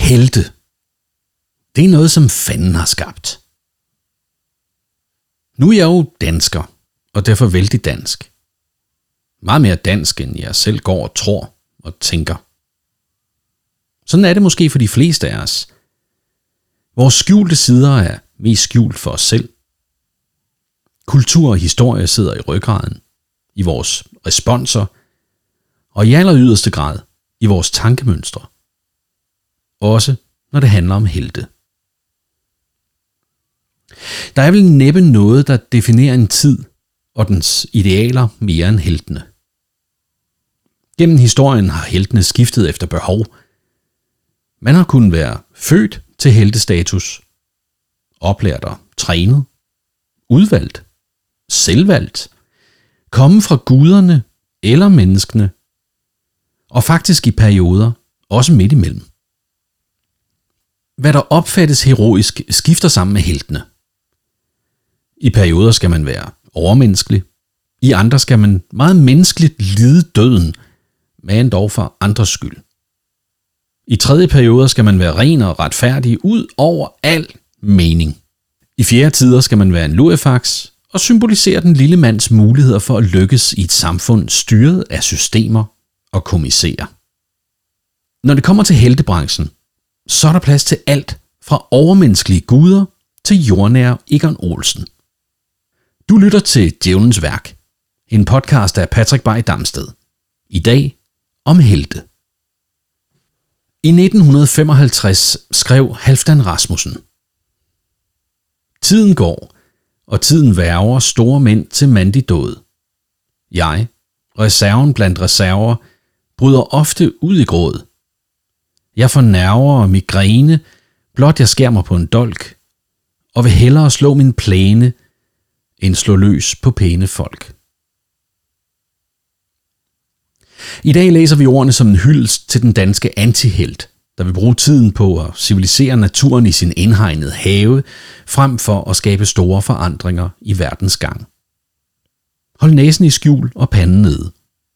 Helte. Det er noget, som fanden har skabt. Nu er jeg jo dansker, og derfor vældig dansk. Meget mere dansk, end jeg selv går og tror og tænker. Sådan er det måske for de fleste af os. Vores skjulte sider er mest skjult for os selv. Kultur og historie sidder i ryggraden, i vores responser, og i aller yderste grad i vores tankemønstre. Også når det handler om helte. Der er vel næppe noget, der definerer en tid og dens idealer mere end heltene. Gennem historien har heltene skiftet efter behov. Man har kunnet være født til heltestatus, oplært og trænet, udvalgt, selvvalgt, komme fra guderne eller menneskene, og faktisk i perioder også midt imellem. Hvad der opfattes heroisk, skifter sammen med heltene. I perioder skal man være overmenneskelig, i andre skal man meget menneskeligt lide døden, men dog for andres skyld. I tredje perioder skal man være ren og retfærdig ud over al mening. I fjerde tider skal man være en lurifax og symbolisere den lille mands muligheder for at lykkes i et samfund styret af systemer og kommissærer. Når det kommer til heltebranchen, så er der plads til alt fra overmenneskelige guder til jordnære Egon Olsen. Du lytter til Djævelens Værk, en podcast af Patrick Bay Damsted. I dag om helte. I 1955 skrev Halfdan Rasmussen: Tiden går, og tiden værger store mænd til mandig dåd. Jeg, reserven blandt reserver, bryder ofte ud i gråd. Jeg får nerver og migræne, blot jeg skærer mig på en dolk, og vil hellere slå min plæne, end slå løs på pæne folk. I dag læser vi ordene som en hyldest til den danske antihelt, der vil bruge tiden på at civilisere naturen i sin indhegnede have, frem for at skabe store forandringer i verdens gang. Hold næsen i skjul og panden nede.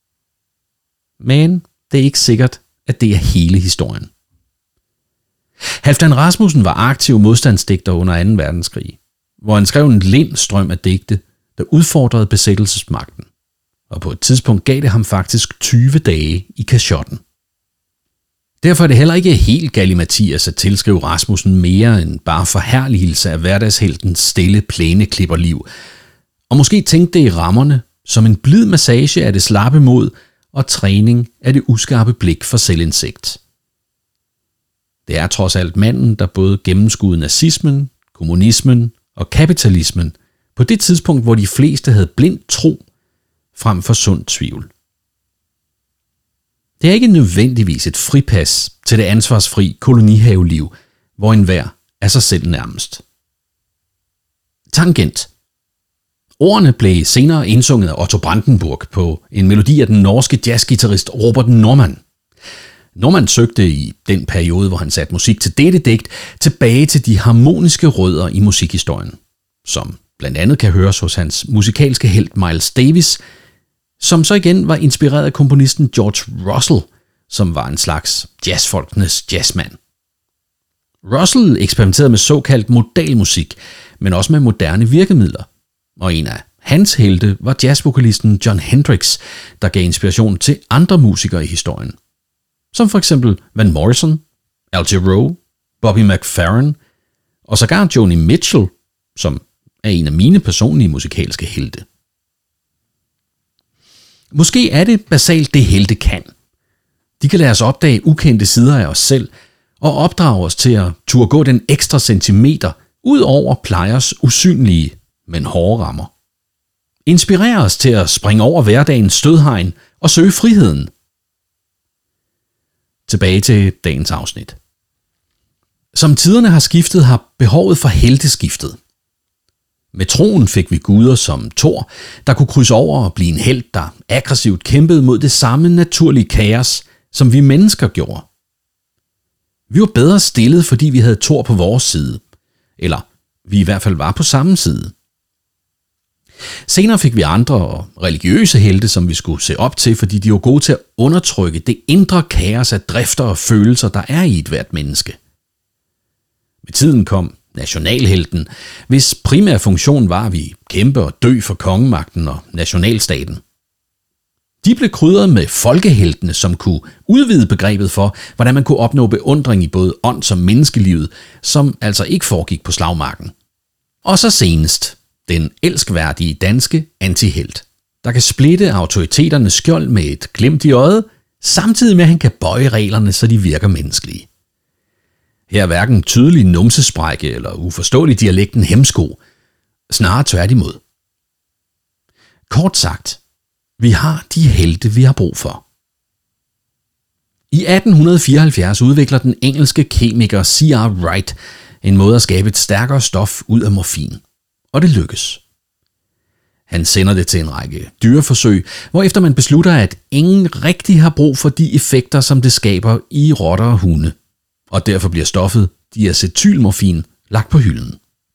Men det er ikke sikkert, at det er hele historien. Halfdan Rasmussen var aktiv modstandsdigter under 2. verdenskrig, hvor han skrev en lind strøm af digte, der udfordrede besættelsesmagten, og på et tidspunkt gav det ham faktisk 20 dage i kashotten. Derfor er det heller ikke helt galimatias at tilskrive Rasmussen mere end bare forherligelse af hverdagsheltens stille plæneklipperliv, og måske tænke det i rammerne som en blid massage af det slappe mod og træning af det uskarpe blik for selvindsigt. Det er trods alt manden, der både gennemskuede nazismen, kommunismen og kapitalismen på det tidspunkt, hvor de fleste havde blind tro frem for sund tvivl. Det er ikke nødvendigvis et fripas til det ansvarsfri kolonihaveliv, hvor enhver er sig selv nærmest. Tangent. Ordene blev senere indsunget af Otto Brandenburg på en melodi af den norske jazzgitarrist Robert Norman. Norman søgte i den periode, hvor han satte musik til dette digt, tilbage til de harmoniske rødder i musikhistorien, som blandt andet kan høres hos hans musikalske helt Miles Davis, som så igen var inspireret af komponisten George Russell, som var en slags jazzfolkenes jazzmand. Russell eksperimenterede med såkaldt modalmusik, men også med moderne virkemidler, og en af hans helte var jazzvokalisten Jon Hendricks, der gav inspiration til andre musikere i historien, som for eksempel Van Morrison, Al Jarreau, Bobby McFerrin og sågar Joni Mitchell, som er en af mine personlige musikalske helte. Måske er det basalt det helte kan. De kan lade os opdage ukendte sider af os selv og opdrage os til at turde gå den ekstra centimeter ud over plejers usynlige, men hårde rammer. Inspirere os til at springe over hverdagens stødhegn og søge friheden. Tilbage til dagens afsnit. Som tiderne har skiftet, har behovet for helte skiftet. Med troen fik vi guder som Thor, der kunne krydse over og blive en helt, der aggressivt kæmpede mod det samme naturlige kaos, som vi mennesker gjorde. Vi var bedre stillet, fordi vi havde Thor på vores side, eller vi i hvert fald var på samme side. Senere fik vi andre og religiøse helte, som vi skulle se op til, fordi de var gode til at undertrykke det indre kaos af drifter og følelser, der er i et hvert menneske. Med tiden kom nationalhelten, hvis primære funktion var, at vi kæmpe og dø for kongemagten og nationalstaten. De blev krydret med folkeheltene, som kunne udvide begrebet for, hvordan man kunne opnå beundring i både ånd som menneskelivet, som altså ikke foregik på slagmarken. Og så senest den elskværdige danske antihelt, der kan splitte autoriteternes skjold med et glimt i øjet, samtidig med at han kan bøje reglerne, så de virker menneskelige. Her er hverken tydelig numsesprække eller uforståelig dialekten hemsko, snarere tværtimod. Kort sagt, vi har de helte, vi har brug for. I 1874 udvikler den engelske kemiker C.R. Wright en måde at skabe et stærkere stof ud af morfin, og det lykkes. Han sender det til en række dyreforsøg, hvorefter man beslutter, at ingen rigtig har brug for de effekter, som det skaber i rotter og hunde, og derfor bliver stoffet diacetylmorfin lagt på hylden.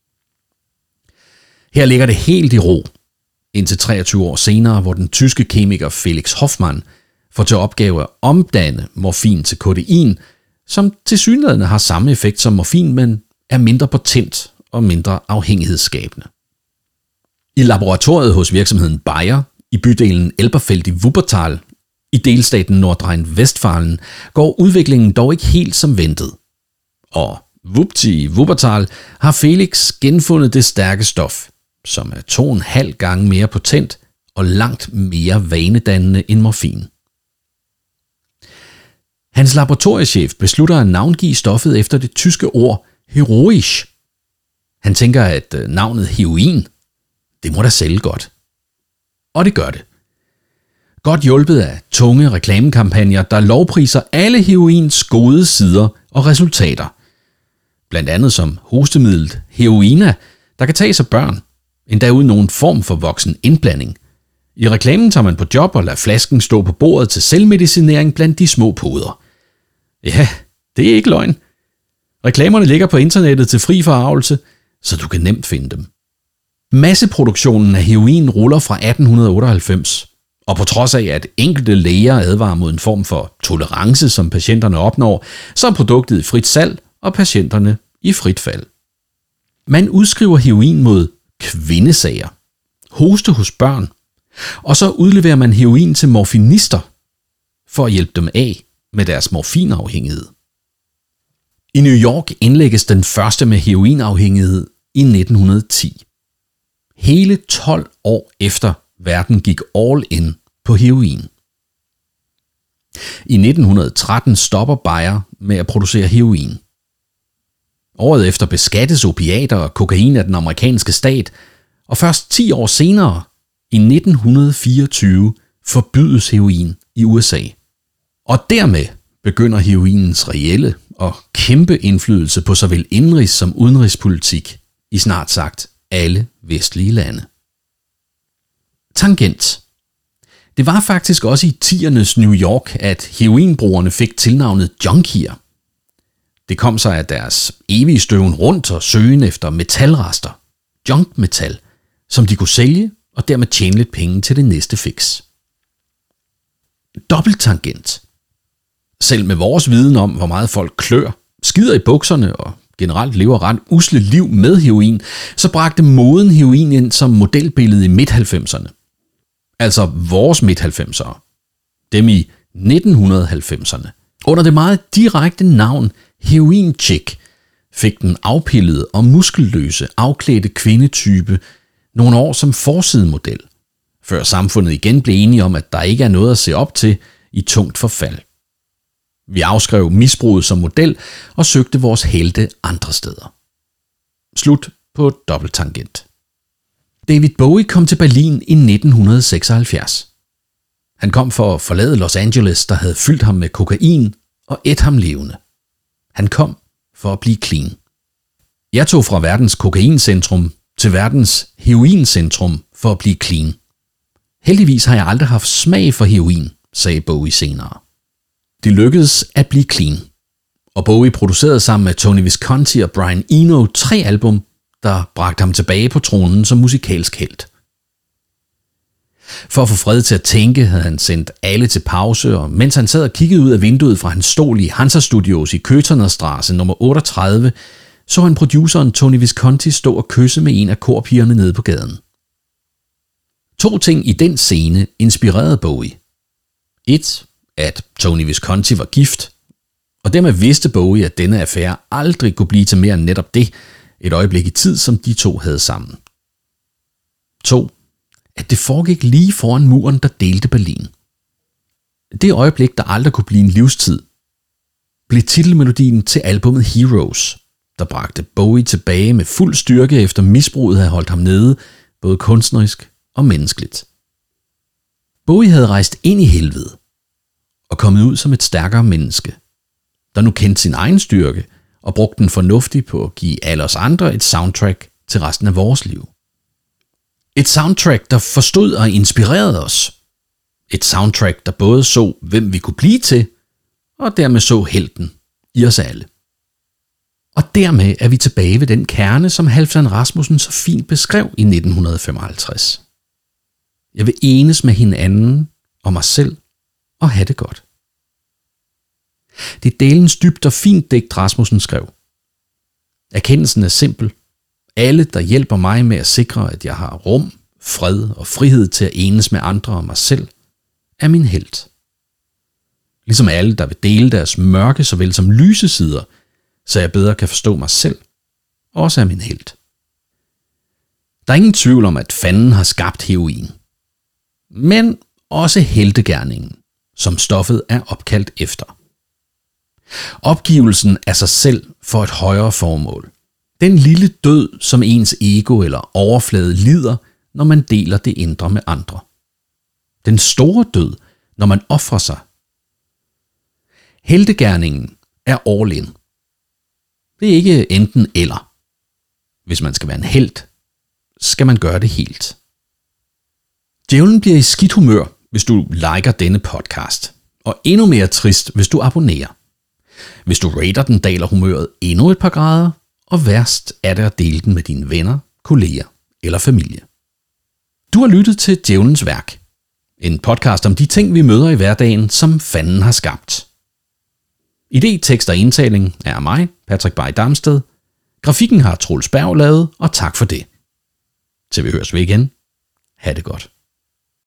Her ligger det helt i ro, indtil 23 år senere, hvor den tyske kemiker Felix Hoffmann får til opgave at omdanne morfin til kodein, som tilsyneladende har samme effekt som morfin, men er mindre potent og mindre afhængighedsskabende. I laboratoriet hos virksomheden Bayer i bydelen Elberfeld i Wuppertal i delstaten Nordrhein-Westfalen går udviklingen dog ikke helt som ventet. Og vupti i Wuppertal har Felix genfundet det stærke stof, som er 2,5 gange mere potent og langt mere vanedannende end morfin. Hans laboratoriechef beslutter at navngive stoffet efter det tyske ord heroisch. Han tænker, at navnet heroin, det må da sælge godt. Og det gør det. Godt hjulpet af tunge reklamekampagner, der lovpriser alle heroins gode sider og resultater. Blandt andet som hostemidlet heroina, der kan tages af børn, endda uden nogen form for voksen indblanding. I reklamen tager man på job og lader flasken stå på bordet til selvmedicinering blandt de små poder. Ja, det er ikke løgn. Reklamerne ligger på internettet til fri forarvelse, så du kan nemt finde dem. Masseproduktionen af heroin ruller fra 1898, og på trods af, at enkelte læger advarer mod en form for tolerance, som patienterne opnår, så er produktet i frit salg og patienterne i frit fald. Man udskriver heroin mod kvindesager, hoste hos børn, og så udleverer man heroin til morfinister for at hjælpe dem af med deres morfinafhængighed. I New York indlægges den første med heroinafhængighed i 1910. Hele 12 år efter verden gik all in på heroin. I 1913 stopper Bayer med at producere heroin. Året efter beskattes opiater og kokain af den amerikanske stat, og først 10 år senere, i 1924, forbydes heroin i USA. Og dermed begynder heroinens reelle og kæmpe indflydelse på såvel indenrigs- som udenrigspolitik i snart sagt alle vestlige lande. Tangent. Det var faktisk også i 10'ernes New York, at heroinbrugerne fik tilnavnet junkier. Det kom sig af deres evige støven rundt og søgen efter metalrester, junkmetal, som de kunne sælge og dermed tjene lidt penge til det næste fix. Dobbelttangent. Selv med vores viden om, hvor meget folk klør, skider i bukserne og generelt lever ret usle liv med heroin, så bragte moden heroin ind som modelbillede i midt-90'erne. Altså vores midt-90'ere. Dem i 1990'erne. Under det meget direkte navn heroin-chick fik den afpillede og muskelløse, afklædte kvindetype nogle år som forsidemodel, før samfundet igen blev enige om, at der ikke er noget at se op til i tungt forfald. Vi afskrev misbruget som model og søgte vores helte andre steder. Slut på dobbelttangent. David Bowie kom til Berlin i 1976. Han kom for at forlade Los Angeles, der havde fyldt ham med kokain og ædt ham levende. Han kom for at blive clean. Jeg tog fra verdens kokaincentrum til verdens heroincentrum for at blive clean. Heldigvis har jeg aldrig haft smag for heroin, sagde Bowie senere. Det lykkedes at blive clean, og Bowie producerede sammen med Tony Visconti og Brian Eno 3 album, der bragte ham tilbage på tronen som musikalsk helt. For at få fred til at tænke, havde han sendt alle til pause, og mens han sad og kiggede ud af vinduet fra hans stol i Hansa Studios i Köthernerstraße nummer 38, så han produceren Tony Visconti stå og kysse med en af korpigerne nede på gaden. 2 ting i den scene inspirerede Bowie. 1. At Tony Visconti var gift, og dermed vidste Bowie, at denne affære aldrig kunne blive til mere end netop det, et øjeblik i tid, som de 2 havde sammen. 2. At det foregik lige foran muren, der delte Berlin. Det øjeblik, der aldrig kunne blive en livstid, blev titelmelodien til albumet Heroes, der bragte Bowie tilbage med fuld styrke efter misbruget havde holdt ham nede, både kunstnerisk og menneskeligt. Bowie havde rejst ind i helvede og kommet ud som et stærkere menneske, der nu kendte sin egen styrke og brugte den fornuftigt på at give alle os andre et soundtrack til resten af vores liv. Et soundtrack, der forstod og inspirerede os. Et soundtrack, der både så, hvem vi kunne blive til, og dermed så helten i os alle. Og dermed er vi tilbage ved den kerne, som Halfdan Rasmussen så fint beskrev i 1955. Jeg vil enes med hinanden og mig selv og have det godt. Det er dælens dybt og fint digt, Rasmussen skrev. Erkendelsen er simpel. Alle, der hjælper mig med at sikre, at jeg har rum, fred og frihed til at enes med andre og mig selv, er min helt. Ligesom alle, der vil dele deres mørke såvel som lyse sider, så jeg bedre kan forstå mig selv, også er min helt. Der er ingen tvivl om, at fanden har skabt heroin. Men også heltegerningen, som stoffet er opkaldt efter. Opgivelsen af sig selv for et højere formål. Den lille død, som ens ego eller overflade lider, når man deler det indre med andre. Den store død, når man ofrer sig. Heltegerningen er all in. Det er ikke enten eller. Hvis man skal være en helt, skal man gøre det helt. Djævlen bliver i skidt humør, hvis du liker denne podcast, og endnu mere trist, hvis du abonnerer. Hvis du rater den, daler humøret endnu et par grader, og værst er det at dele den med dine venner, kolleger eller familie. Du har lyttet til Djævlens Værk, en podcast om de ting, vi møder i hverdagen, som fanden har skabt. Idé, tekst og indtaling er mig, Patrick Bay Damsted. Grafikken har Troels Berg lavet, og tak for det. Til vi høres ved igen. Ha' det godt.